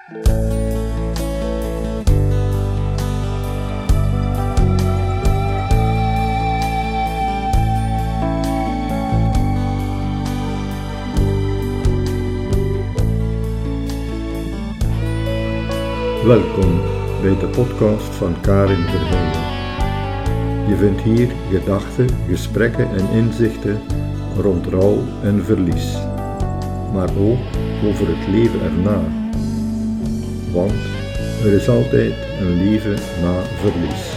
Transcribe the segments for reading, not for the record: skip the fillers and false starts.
Welkom bij de podcast van Karin Verheijen. Je vindt hier gedachten, gesprekken en inzichten rond rouw en verlies, maar ook over het leven erna. Want er is altijd een leven na verlies.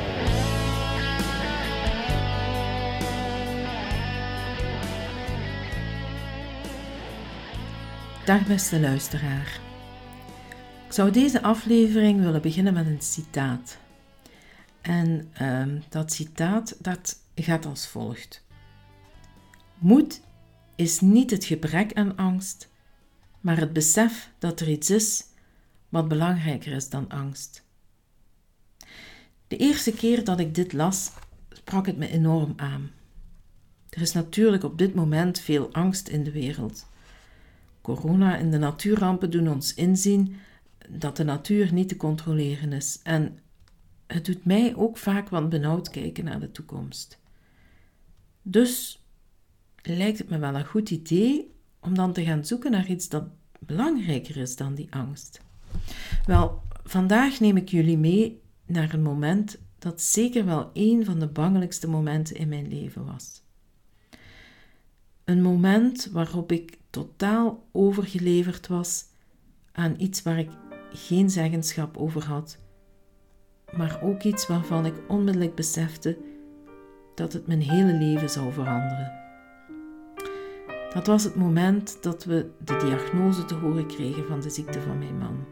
Dag beste luisteraar. Ik zou deze aflevering willen beginnen met een citaat. En dat citaat dat gaat als volgt. Moed is niet het gebrek aan angst, maar het besef dat er iets is wat belangrijker is dan angst. De eerste keer dat ik dit las, sprak het me enorm aan. Er is natuurlijk op dit moment veel angst in de wereld. Corona en de natuurrampen doen ons inzien dat de natuur niet te controleren is. En het doet mij ook vaak wat benauwd kijken naar de toekomst. Dus lijkt het me wel een goed idee om dan te gaan zoeken naar iets dat belangrijker is dan die angst. Wel, vandaag neem ik jullie mee naar een moment dat zeker wel een van de bangelijkste momenten in mijn leven was. Een moment waarop ik totaal overgeleverd was aan iets waar ik geen zeggenschap over had, maar ook iets waarvan ik onmiddellijk besefte dat het mijn hele leven zou veranderen. Dat was het moment dat we de diagnose te horen kregen van de ziekte van mijn man.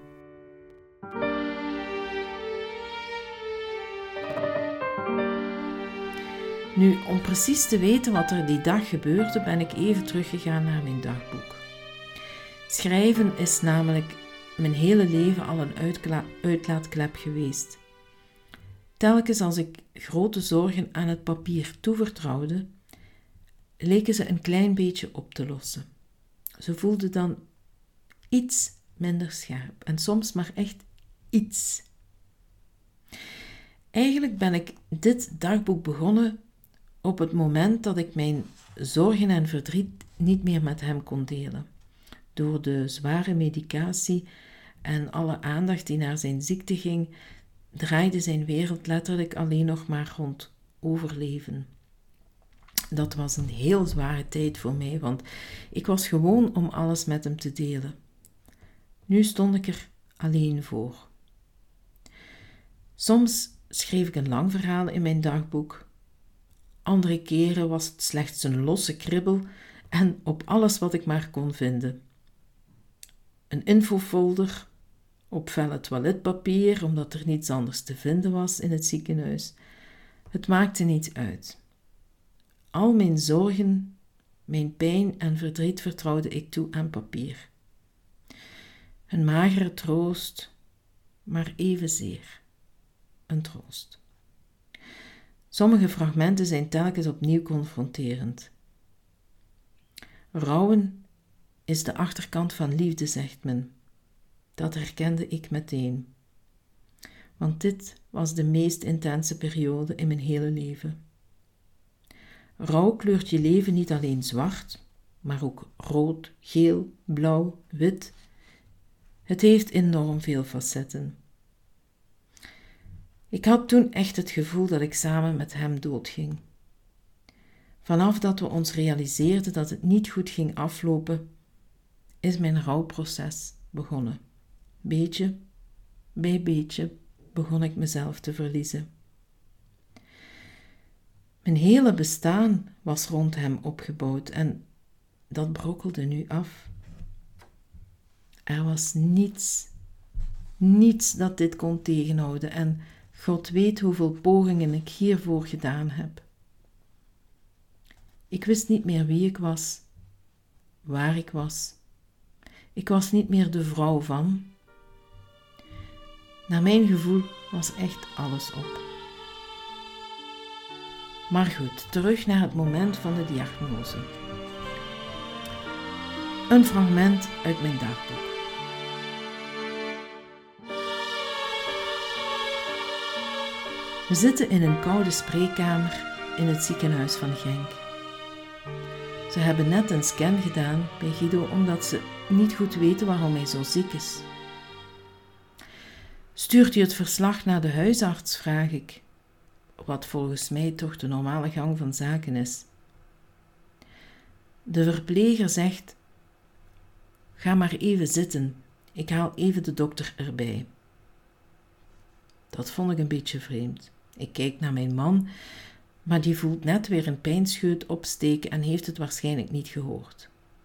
Nu, om precies te weten wat er die dag gebeurde, ben ik even teruggegaan naar mijn dagboek. Schrijven is namelijk mijn hele leven al een uitlaatklep geweest. Telkens als ik grote zorgen aan het papier toevertrouwde, leken ze een klein beetje op te lossen. Ze voelden dan iets minder scherp en soms maar echt iets. Eigenlijk ben ik dit dagboek begonnen op het moment dat ik mijn zorgen en verdriet niet meer met hem kon delen. Door de zware medicatie en alle aandacht die naar zijn ziekte ging, draaide zijn wereld letterlijk alleen nog maar rond overleven. Dat was een heel zware tijd voor mij, want ik was gewoon om alles met hem te delen. Nu stond ik er alleen voor. Soms schreef ik een lang verhaal in mijn dagboek. Andere keren was het slechts een losse kribbel en op alles wat ik maar kon vinden. Een infofolder op vellen toiletpapier, omdat er niets anders te vinden was in het ziekenhuis. Het maakte niet uit. Al mijn zorgen, mijn pijn en verdriet vertrouwde ik toe aan papier. Een magere troost, maar evenzeer een troost. Sommige fragmenten zijn telkens opnieuw confronterend. Rouwen is de achterkant van liefde, zegt men. Dat herkende ik meteen. Want dit was de meest intense periode in mijn hele leven. Rouw kleurt je leven niet alleen zwart, maar ook rood, geel, blauw, wit. Het heeft enorm veel facetten. Ik had toen echt het gevoel dat ik samen met hem doodging. Vanaf dat we ons realiseerden dat het niet goed ging aflopen, is mijn rouwproces begonnen. Beetje bij beetje begon ik mezelf te verliezen. Mijn hele bestaan was rond hem opgebouwd en dat brokkelde nu af. Er was niets dat dit kon tegenhouden en God weet hoeveel pogingen ik hiervoor gedaan heb. Ik wist niet meer wie ik was, waar ik was. Ik was niet meer de vrouw van. Naar mijn gevoel was echt alles op. Maar goed, terug naar het moment van de diagnose. Een fragment uit mijn dagboek. We zitten in een koude spreekkamer in het ziekenhuis van Genk. Ze hebben net een scan gedaan bij Guido omdat ze niet goed weten waarom hij zo ziek is. Stuurt u het verslag naar de huisarts, vraag ik, wat volgens mij toch de normale gang van zaken is. De verpleger zegt, ga maar even zitten, ik haal even de dokter erbij. Dat vond ik een beetje vreemd. Ik kijk naar mijn man, maar die voelt net weer een pijnscheut opsteken en heeft het waarschijnlijk niet gehoord.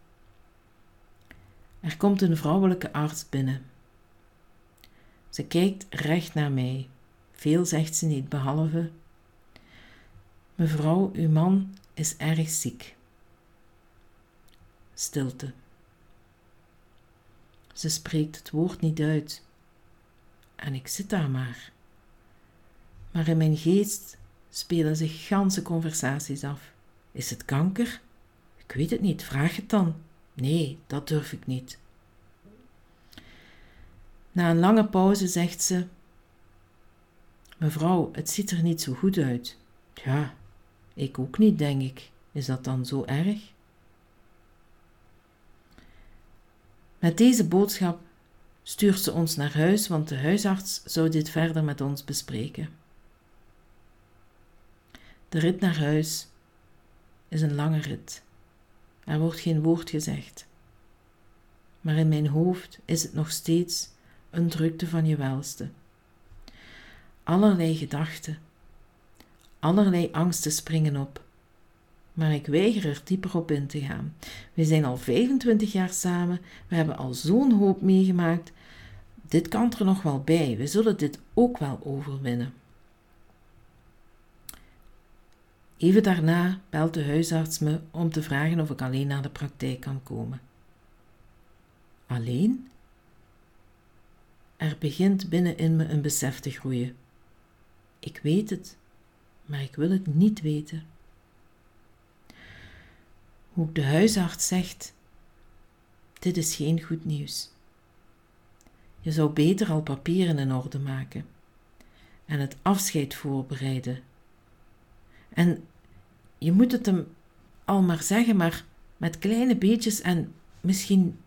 Er komt een vrouwelijke arts binnen. Ze kijkt recht naar mij. Veel zegt ze niet, behalve: mevrouw, uw man is erg ziek. Stilte. Ze spreekt het woord niet uit. En ik zit daar maar. Maar in mijn geest spelen zich ganse conversaties af. Is het kanker? Ik weet het niet, vraag het dan. Nee, dat durf ik niet. Na een lange pauze zegt ze: mevrouw, het ziet er niet zo goed uit. Ja, ik ook niet, denk ik. Is dat dan zo erg? Met deze boodschap stuurt ze ons naar huis, want de huisarts zou dit verder met ons bespreken. De rit naar huis is een lange rit. Er wordt geen woord gezegd. Maar in mijn hoofd is het nog steeds een drukte van je welste. Allerlei gedachten, allerlei angsten springen op. Maar ik weiger er dieper op in te gaan. We zijn al 25 jaar samen, we hebben al zo'n hoop meegemaakt. Dit kan er nog wel bij, we zullen dit ook wel overwinnen. Even daarna belt de huisarts me om te vragen of ik alleen naar de praktijk kan komen. Alleen? Er begint binnenin me een besef te groeien. Ik weet het, maar ik wil het niet weten. Hoe de huisarts zegt: dit is geen goed nieuws. Je zou beter al papieren in orde maken en het afscheid voorbereiden. En je moet het hem al maar zeggen, maar met kleine beetjes en misschien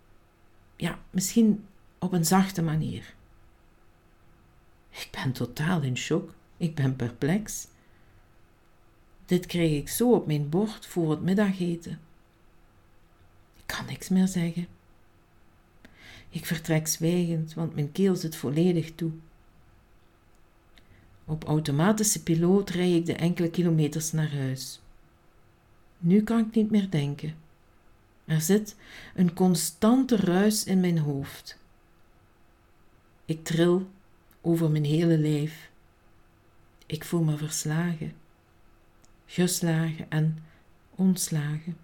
op een zachte manier. Ik ben totaal in shock. Ik ben perplex. Dit kreeg ik zo op mijn bord voor het middageten. Ik kan niks meer zeggen. Ik vertrek zwijgend, want mijn keel zit volledig toe. Op automatische piloot rij ik de enkele kilometers naar huis. Nu kan ik niet meer denken. Er zit een constante ruis in mijn hoofd. Ik tril over mijn hele lijf. Ik voel me verslagen, geslagen en ontslagen.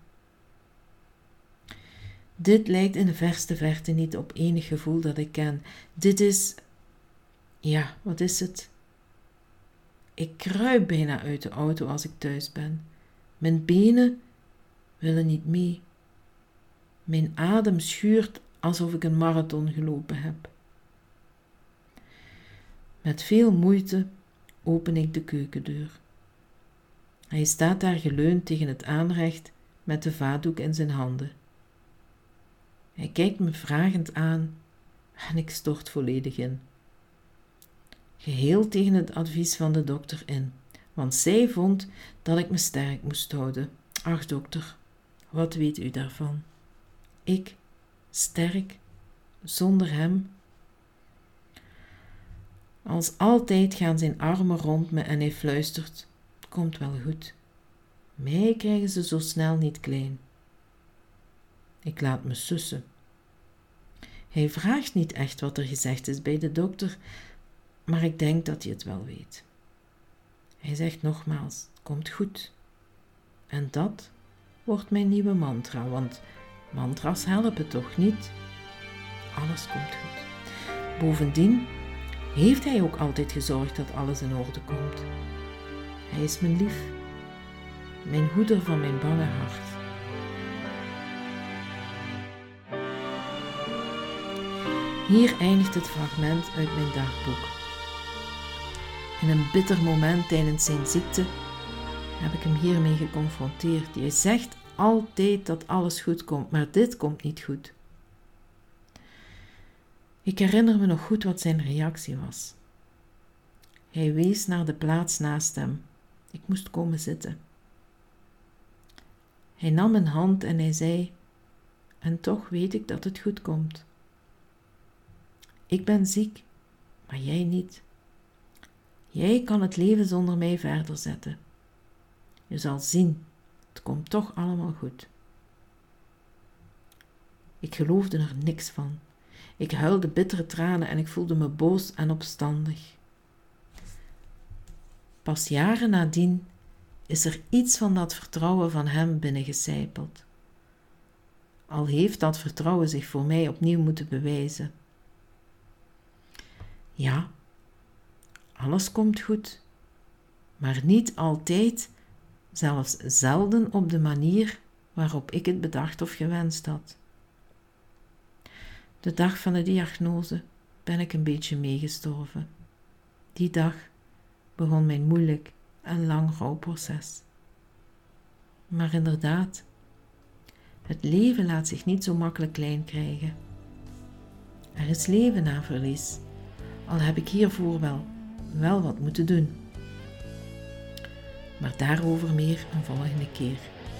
Dit lijkt in de verste verte niet op enig gevoel dat ik ken. Dit is... ja, wat is het? Ik kruip bijna uit de auto als ik thuis ben. Mijn benen willen niet mee. Mijn adem schuurt alsof ik een marathon gelopen heb. Met veel moeite open ik de keukendeur. Hij staat daar geleund tegen het aanrecht met de vaatdoek in zijn handen. Hij kijkt me vragend aan en ik stort volledig in. Geheel tegen het advies van de dokter in, want zij vond dat ik me sterk moest houden. Ach, dokter, wat weet u daarvan? Ik, sterk, zonder hem? Als altijd gaan zijn armen rond me en hij fluistert: komt wel goed. Mij krijgen ze zo snel niet klein. Ik laat me sussen. Hij vraagt niet echt wat er gezegd is bij de dokter, maar ik denk dat hij het wel weet. Hij zegt nogmaals: het komt goed. En dat wordt mijn nieuwe mantra, want mantras helpen toch niet? Alles komt goed. Bovendien heeft hij ook altijd gezorgd dat alles in orde komt. Hij is mijn lief, mijn hoeder van mijn bange hart. Hier eindigt het fragment uit mijn dagboek. In een bitter moment tijdens zijn ziekte heb ik hem hiermee geconfronteerd. Hij zegt altijd dat alles goed komt, maar dit komt niet goed. Ik herinner me nog goed wat zijn reactie was. Hij wees naar de plaats naast hem. Ik moest komen zitten. Hij nam mijn hand en hij zei: en toch weet ik dat het goed komt. Ik ben ziek, maar jij niet. Jij kan het leven zonder mij verder zetten. Je zal zien, het komt toch allemaal goed. Ik geloofde er niks van. Ik huilde bittere tranen en ik voelde me boos en opstandig. Pas jaren nadien is er iets van dat vertrouwen van hem binnengecijpeld. Al heeft dat vertrouwen zich voor mij opnieuw moeten bewijzen. Ja, alles komt goed, maar niet altijd, zelfs zelden op de manier waarop ik het bedacht of gewenst had. De dag van de diagnose ben ik een beetje meegestorven. Die dag begon mijn moeilijk en lang rouwproces. Maar inderdaad, het leven laat zich niet zo makkelijk klein krijgen. Er is leven na verlies, al heb ik hiervoor wel wat moeten doen. Maar daarover meer een volgende keer.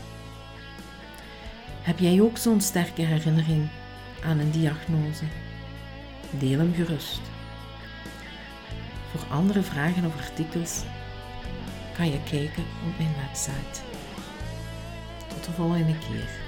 Heb jij ook zo'n sterke herinnering aan een diagnose? Deel hem gerust. Voor andere vragen of artikels kan je kijken op mijn website. Tot de volgende keer.